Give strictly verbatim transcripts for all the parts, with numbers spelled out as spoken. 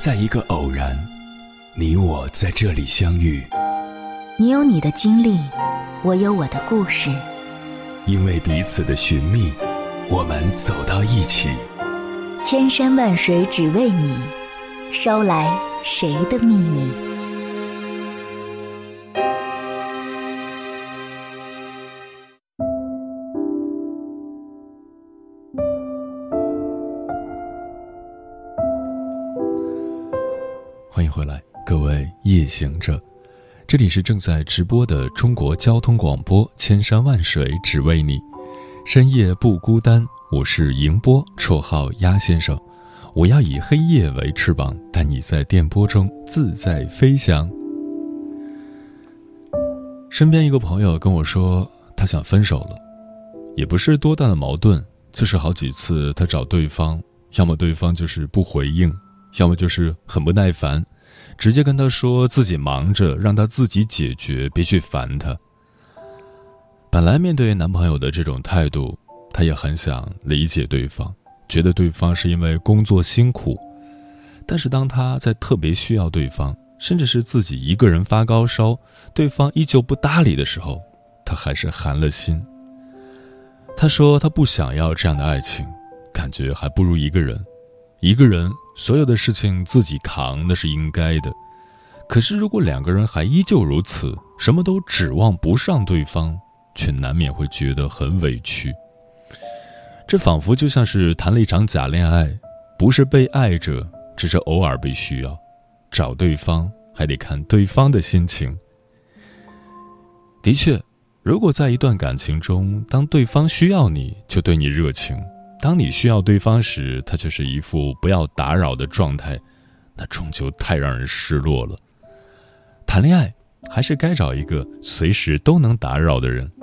在一个偶然，你我在这里相遇。 你有你的经历，我有我的故事。 因为彼此的寻觅，我们走到一起。 千山万水只为你，捎来谁的秘密？ 欢迎回来，各位夜行者，这里是正在直播的中国交通广播，千山万水只为你，深夜不孤单。我是迎波，绰号鸭先生。我要以黑夜为翅膀，带你在电波中自在飞翔。身边一个朋友跟我说，他想分手了，也不是多大的矛盾，就是好几次他找对方，要么对方就是不回应，要么就是很不耐烦，直接跟他说自己忙着，让他自己解决，别去烦他。本来面对男朋友的这种态度，他也很想理解对方，觉得对方是因为工作辛苦，但是当他在特别需要对方，甚至是自己一个人发高烧，对方依旧不搭理的时候，他还是寒了心。他说他不想要这样的爱情，感觉还不如一个人。一个人所有的事情自己扛，那是应该的。可是如果两个人还依旧如此，什么都指望不上对方，却难免会觉得很委屈。这仿佛就像是谈了一场假恋爱，不是被爱着，只是偶尔被需要。找对方还得看对方的心情。的确，如果在一段感情中，当对方需要你，就对你热情，当你需要对方时，他却是一副不要打扰的状态，那终究太让人失落了。谈恋爱还是该找一个随时都能打扰的人。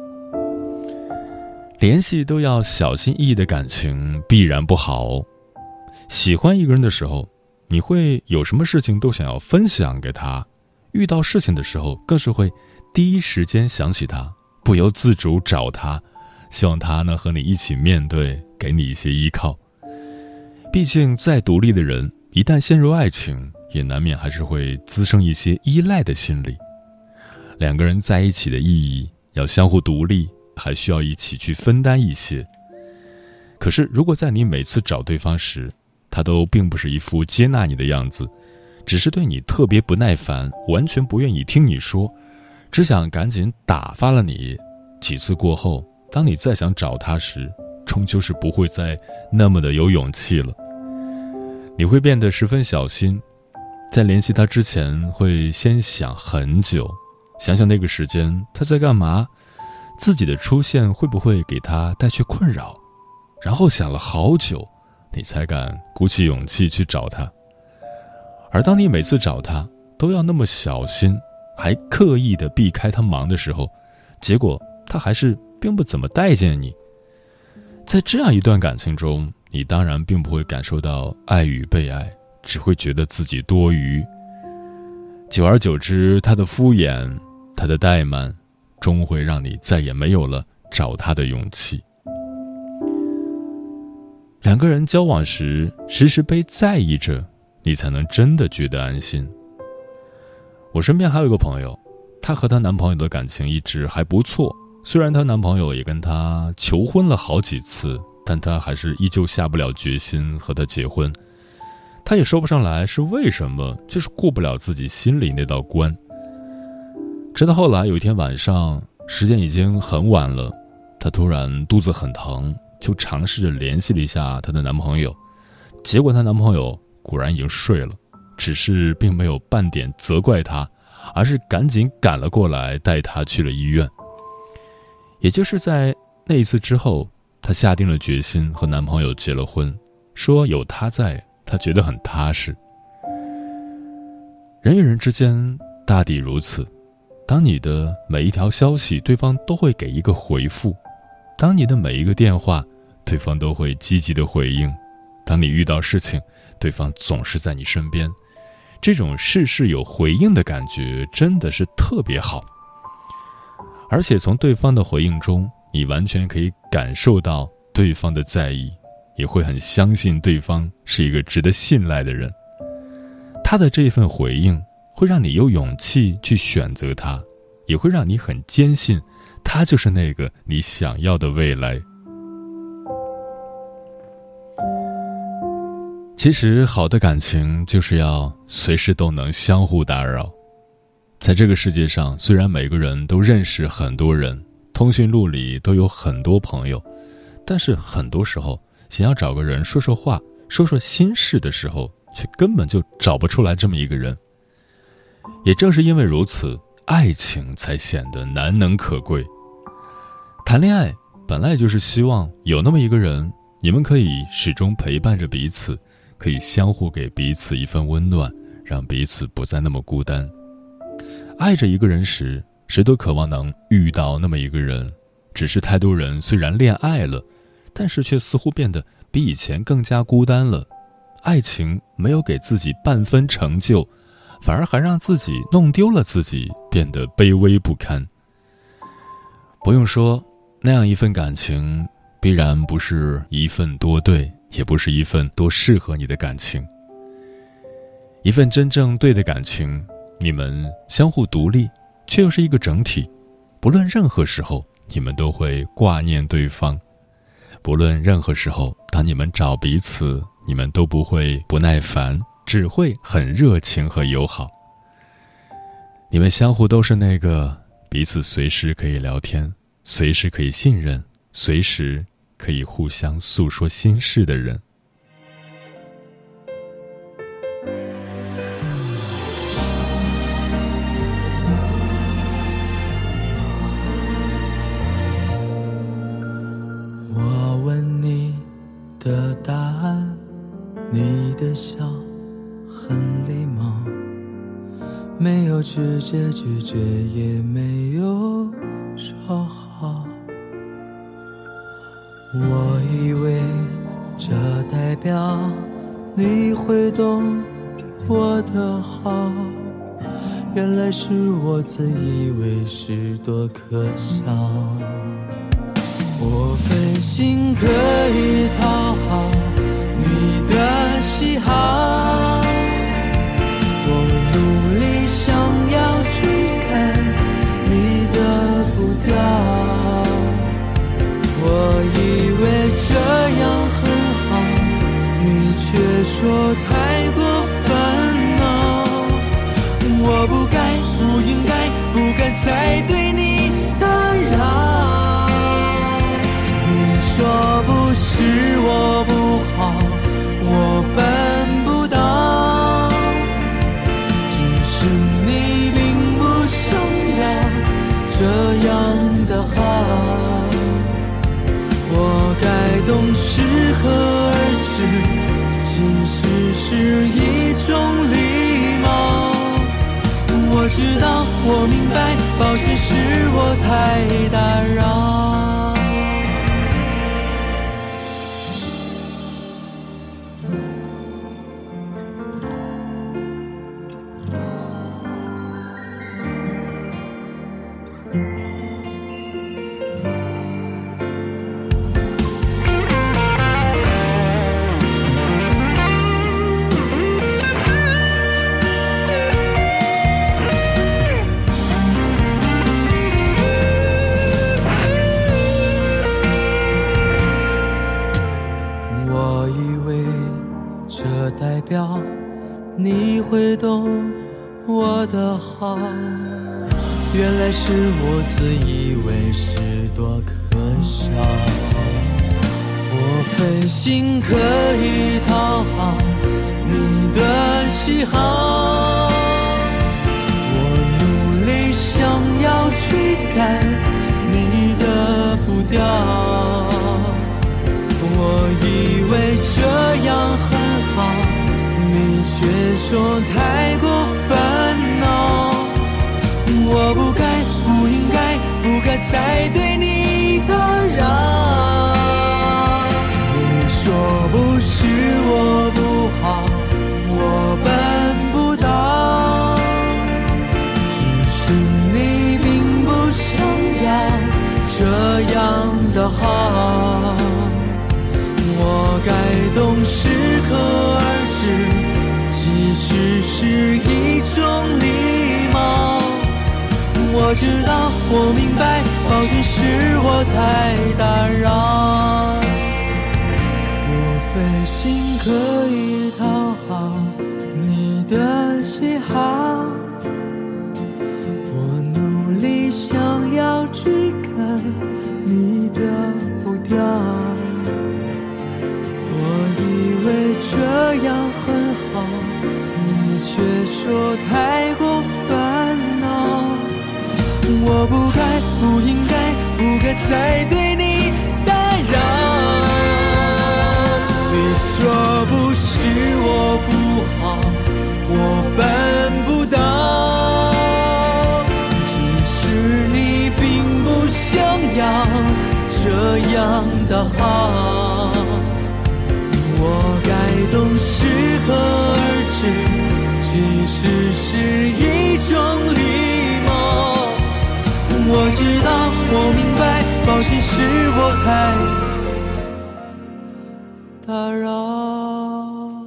联系都要小心翼翼的感情必然不好。喜欢一个人的时候，你会有什么事情都想要分享给他，遇到事情的时候更是会第一时间想起他，不由自主找他，希望他能和你一起面对，给你一些依靠。毕竟再独立的人，一旦陷入爱情，也难免还是会滋生一些依赖的心理。两个人在一起的意义，要相互独立，还需要一起去分担一些。可是如果在你每次找对方时，他都并不是一副接纳你的样子，只是对你特别不耐烦，完全不愿意听你说，只想赶紧打发了你，几次过后，当你再想找他时，终究是不会再那么的有勇气了。你会变得十分小心，在联系他之前会先想很久，想想那个时间他在干嘛，自己的出现会不会给他带去困扰，然后想了好久，你才敢鼓起勇气去找他。而当你每次找他都要那么小心，还刻意的避开他忙的时候，结果他还是并不怎么待见你。在这样一段感情中，你当然并不会感受到爱与被爱，只会觉得自己多余。久而久之，他的敷衍，他的怠慢，终会让你再也没有了找他的勇气。两个人交往时，时时被在意着，你才能真的觉得安心。我身边还有一个朋友，她和她男朋友的感情一直还不错，虽然她男朋友也跟她求婚了好几次，但她还是依旧下不了决心和他结婚。她也说不上来是为什么，就是过不了自己心里那道关。直到后来有一天晚上，时间已经很晚了，她突然肚子很疼，就尝试着联系了一下她的男朋友，结果她男朋友果然已经睡了，只是并没有半点责怪她，而是赶紧赶了过来，带她去了医院。也就是在那一次之后，她下定了决心和男朋友结了婚，说有他在，她觉得很踏实。人与人之间大抵如此，当你的每一条消息对方都会给一个回复，当你的每一个电话对方都会积极的回应，当你遇到事情对方总是在你身边，这种事事有回应的感觉真的是特别好。而且从对方的回应中，你完全可以感受到对方的在意，也会很相信对方是一个值得信赖的人。 他的这份回应会让你有勇气去选择他，也会让你很坚信他就是那个你想要的未来。其实好的感情就是要随时都能相互打扰。在这个世界上，虽然每个人都认识很多人，通讯录里都有很多朋友，但是很多时候想要找个人说说话，说说心事的时候，却根本就找不出来这么一个人。也正是因为如此，爱情才显得难能可贵。谈恋爱本来就是希望有那么一个人，你们可以始终陪伴着彼此，可以相互给彼此一份温暖，让彼此不再那么孤单。爱着一个人时，谁都渴望能遇到那么一个人，只是太多人虽然恋爱了，但是却似乎变得比以前更加孤单了。爱情没有给自己半分成就，反而还让自己弄丢了自己，变得卑微不堪。不用说，那样一份感情必然不是一份多对，也不是一份多适合你的感情。一份真正对的感情，你们相互独立，却又是一个整体。不论任何时候，你们都会挂念对方；不论任何时候，当你们找彼此，你们都不会不耐烦，只会很热情和友好。你们相互都是那个彼此随时可以聊天，随时可以信任，随时可以互相诉说心事的人。 我问你的答案，你的笑很礼貌，没有直接拒绝，也没有说好。我以为这代表你会懂我的好，原来是我自以为是，多可笑。我费心可以讨好你的喜好，我努力想要追赶你的步调，我以为这样很好，你却说太过烦恼。我不该，不应该，不该再对你打扰。说不是我不好，我办不到，只是你并不想要这样的好。我该懂适可而止，其实是一种礼貌。我知道，我明白，抱歉是我太打扰。代表你会懂我的好，原来是我自以为是，多可笑。我费心可以讨好你的喜好，我努力想要追赶你的步调，我以为这样很好，你却说太过烦恼。我不该，不应该，不该再对你打扰。你说不是我不好，我办不到，只是你并不想要这样的好。我该懂适可而止，其实是我知道，我明白，抱歉是我太打扰。我费心可以讨好你的喜好，我努力想要追赶你的步调，我以为这样很好，你却说太过烦恼。我不该，不应该，不该再对你打扰。你说不是我不好，我办不到，只是你并不想要这样的好。我该懂适可而止，其实是一种礼貌。我知道，我明白，抱歉是我太打扰。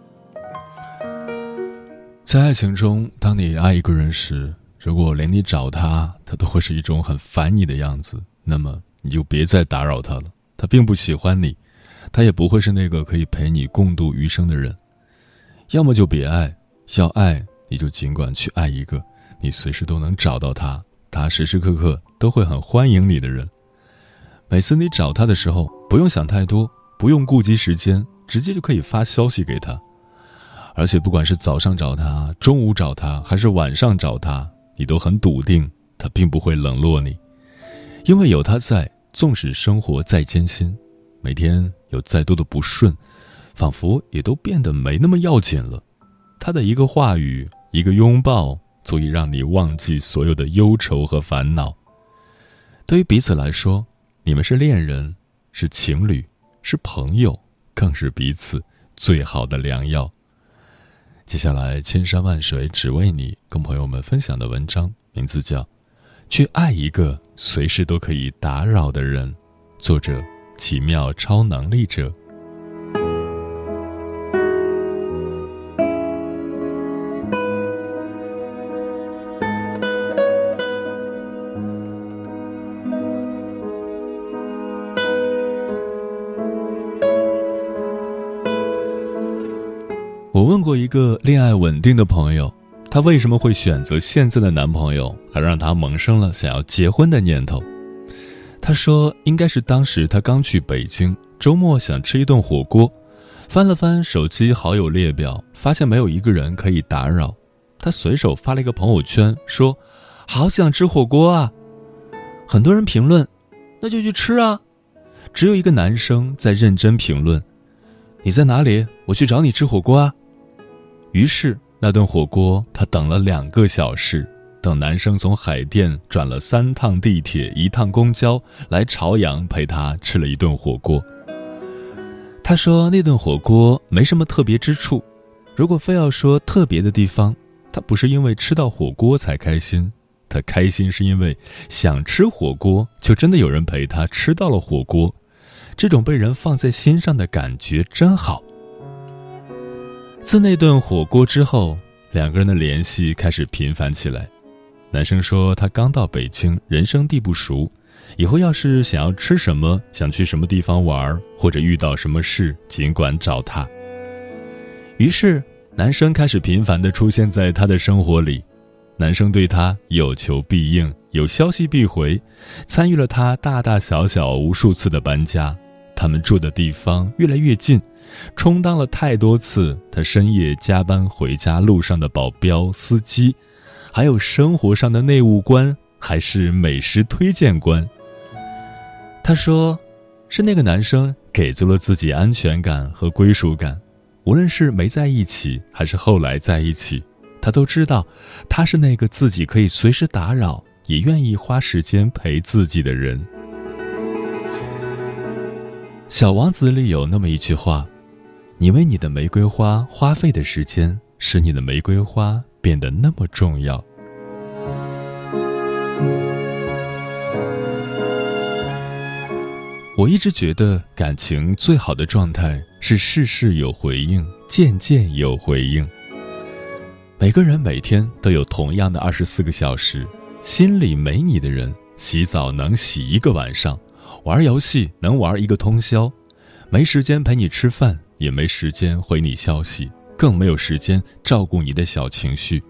在爱情中，当你爱一个人时，如果连你找他，他都会是一种很烦你的样子，那么你就别再打扰他了。他并不喜欢你，他也不会是那个可以陪你共度余生的人。要么就别爱，要爱你就尽管去爱一个你随时都能找到他，他时时刻刻都会很欢迎你的人。每次你找他的时候，不用想太多，不用顾及时间，直接就可以发消息给他。而且不管是早上找他，中午找他，还是晚上找他，你都很笃定他并不会冷落你。因为有他在，纵使生活再艰辛，每天有再多的不顺，仿佛也都变得没那么要紧了。他的一个话语，一个拥抱，足以让你忘记所有的忧愁和烦恼。对于彼此来说，你们是恋人，是情侣，是朋友，更是彼此最好的良药。接下来，千山万水只为你，跟朋友们分享的文章名字叫《去爱一个随时都可以打扰的人》，作者奇妙超能力者。我问过一个恋爱稳定的朋友，她为什么会选择现在的男朋友，还让她萌生了想要结婚的念头。她说，应该是当时她刚去北京，周末想吃一顿火锅，翻了翻手机好友列表，发现没有一个人可以打扰。她随手发了一个朋友圈，说好想吃火锅啊。很多人评论，那就去吃啊。只有一个男生在认真评论，你在哪里？我去找你吃火锅啊。于是那顿火锅他等了两个小时，等男生从海淀转了三趟地铁一趟公交来朝阳陪他吃了一顿火锅。他说那顿火锅没什么特别之处，如果非要说特别的地方，他不是因为吃到火锅才开心，他开心是因为想吃火锅就真的有人陪他吃到了火锅，这种被人放在心上的感觉真好。自那顿火锅之后，两个人的联系开始频繁起来。男生说他刚到北京，人生地不熟，以后要是想要吃什么，想去什么地方玩，或者遇到什么事，尽管找他。于是男生开始频繁地出现在他的生活里，男生对他有求必应，有消息必回，参与了他大大小小无数次的搬家，他们住的地方越来越近，充当了太多次他深夜加班回家路上的保镖、司机，还有生活上的内务官，还是美食推荐官。他说，是那个男生给足了自己安全感和归属感，无论是没在一起还是后来在一起，他都知道他是那个自己可以随时打扰，也愿意花时间陪自己的人。小王子里有那么一句话，你为你的玫瑰花花费的时间，使你的玫瑰花变得那么重要。我一直觉得感情最好的状态是事事有回应，件件有回应。每个人每天都有同样的二十四个小时， 心里没你的人，洗澡能洗一个晚上，玩游戏能玩一个通宵，没时间陪你吃饭，也没时间回你消息，更没有时间照顾你的小情绪。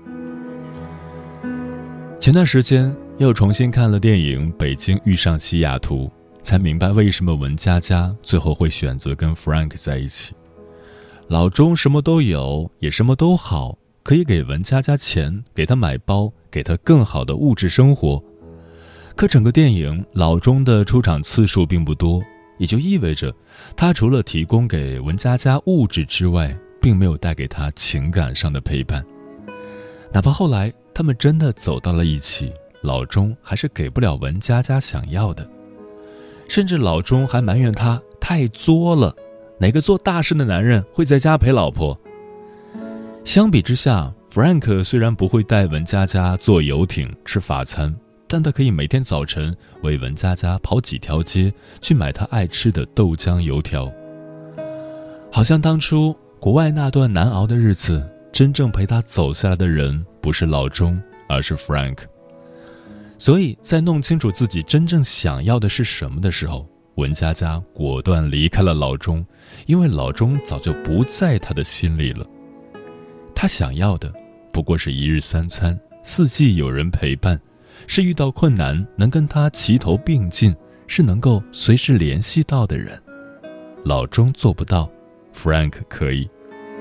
前段时间又重新看了电影《北京遇上西雅图》，才明白为什么文佳佳最后会选择跟 Frank 在一起。老钟什么都有，也什么都好，可以给文佳佳钱，给她买包，给她更好的物质生活。可整个电影老钟的出场次数并不多，也就意味着他除了提供给文佳佳物质之外，并没有带给她情感上的陪伴。哪怕后来他们真的走到了一起，老钟还是给不了文佳佳想要的，甚至老钟还埋怨他太作了，哪个做大事的男人会在家陪老婆？相比之下， Frank 虽然不会带文佳佳坐游艇吃法餐，但他可以每天早晨为文佳佳跑几条街，去买她爱吃的豆浆油条。好像当初国外那段难熬的日子，真正陪他走下来的人不是老钟，而是 Frank。 所以在弄清楚自己真正想要的是什么的时候，文佳佳果断离开了老钟，因为老钟早就不在她的心里了。她想要的不过是一日三餐，四季有人陪伴，是遇到困难能跟她齐头并进，是能够随时联系到的人。老钟做不到， Frank 可以。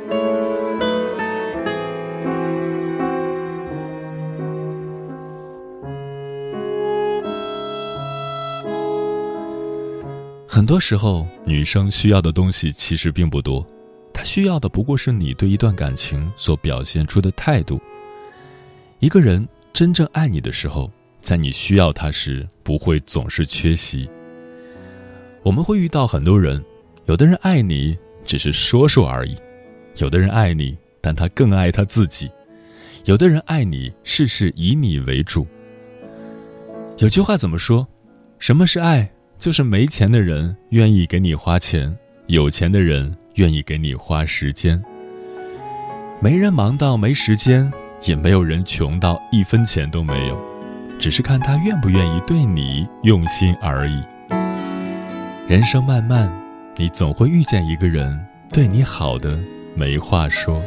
很多时候，女生需要的东西其实并不多，她需要的不过是你对一段感情所表现出的态度。一个人真正爱你的时候，在你需要他时，不会总是缺席。我们会遇到很多人，有的人爱你只是说说而已，有的人爱你，但他更爱他自己，有的人爱你，事事以你为主。有句话怎么说？什么是爱？就是没钱的人愿意给你花钱，有钱的人愿意给你花时间。没人忙到没时间，也没有人穷到一分钱都没有，只是看他愿不愿意对你用心而已。人生漫漫，你总会遇见一个人对你好的没话说。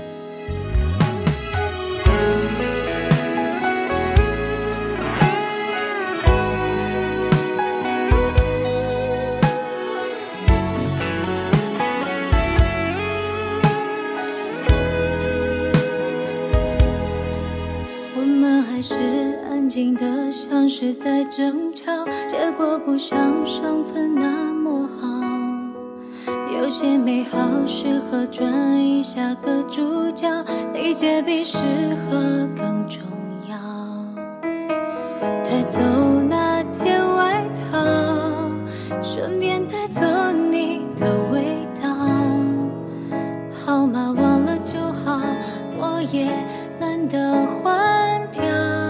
像是在争吵，结果不像上次那么好。有些美好适合转移下个主角，理解比适合更重要。带走那件外套，顺便带走你的味道。号码忘了就好，我也懒得换掉。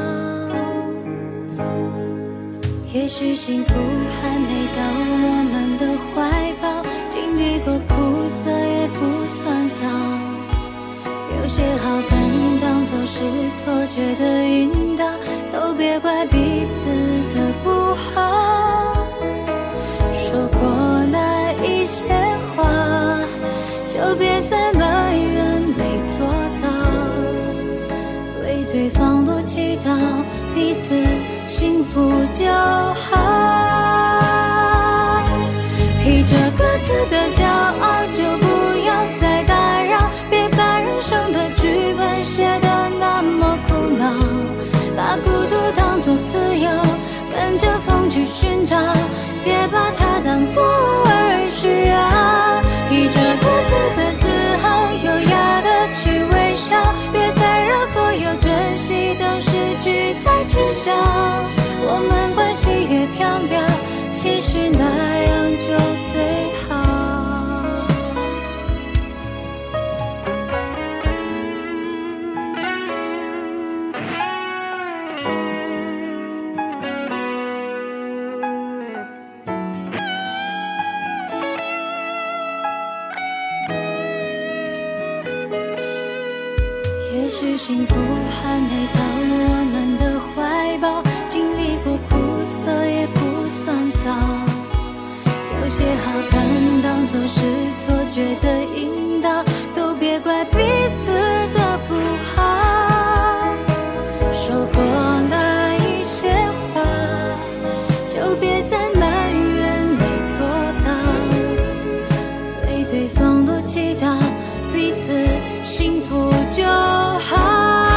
也许幸福还没到我们的怀抱，经历过苦涩也不算早。有些好感当作是错觉的引导，都别怪彼此的不好。说过那一些话，就别再埋怨没做到，为对方多祈祷，彼此幸福就好。披着各自的骄傲，就不要再打扰，别把人生的剧本写得那么苦恼。把孤独当作自由，跟着风去寻找，别把它当作而需要。披着各自的自豪，优雅的去微笑，别再让所有珍惜都失去才知晓。我们关系越飘渺，其实那样就最好。也许幸福还没到我们的怀抱， 敢当作是错觉的引导，都别怪彼此的不好。说过那一些话，就别再埋怨没做到，为对方多祈祷，彼此幸福就好。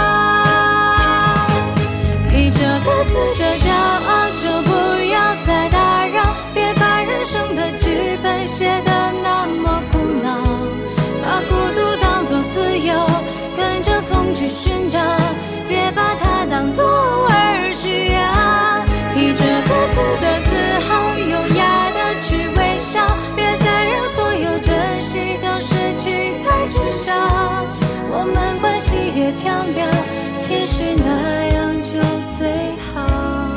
披着各自的骄傲，就不要再打扰，别把人生的剧本写得那么苦恼，把孤独当作自由，跟着风去寻找，别把它当作儿需要。披着各自的自豪，优雅的去微笑，别再让所有珍惜都失去才知晓。我们关系越飘渺，其实那样就最好。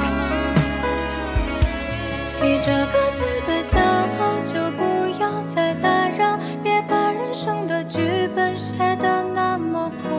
披着各自的骄傲，就不要再打扰，别把人生的剧本写得那么苦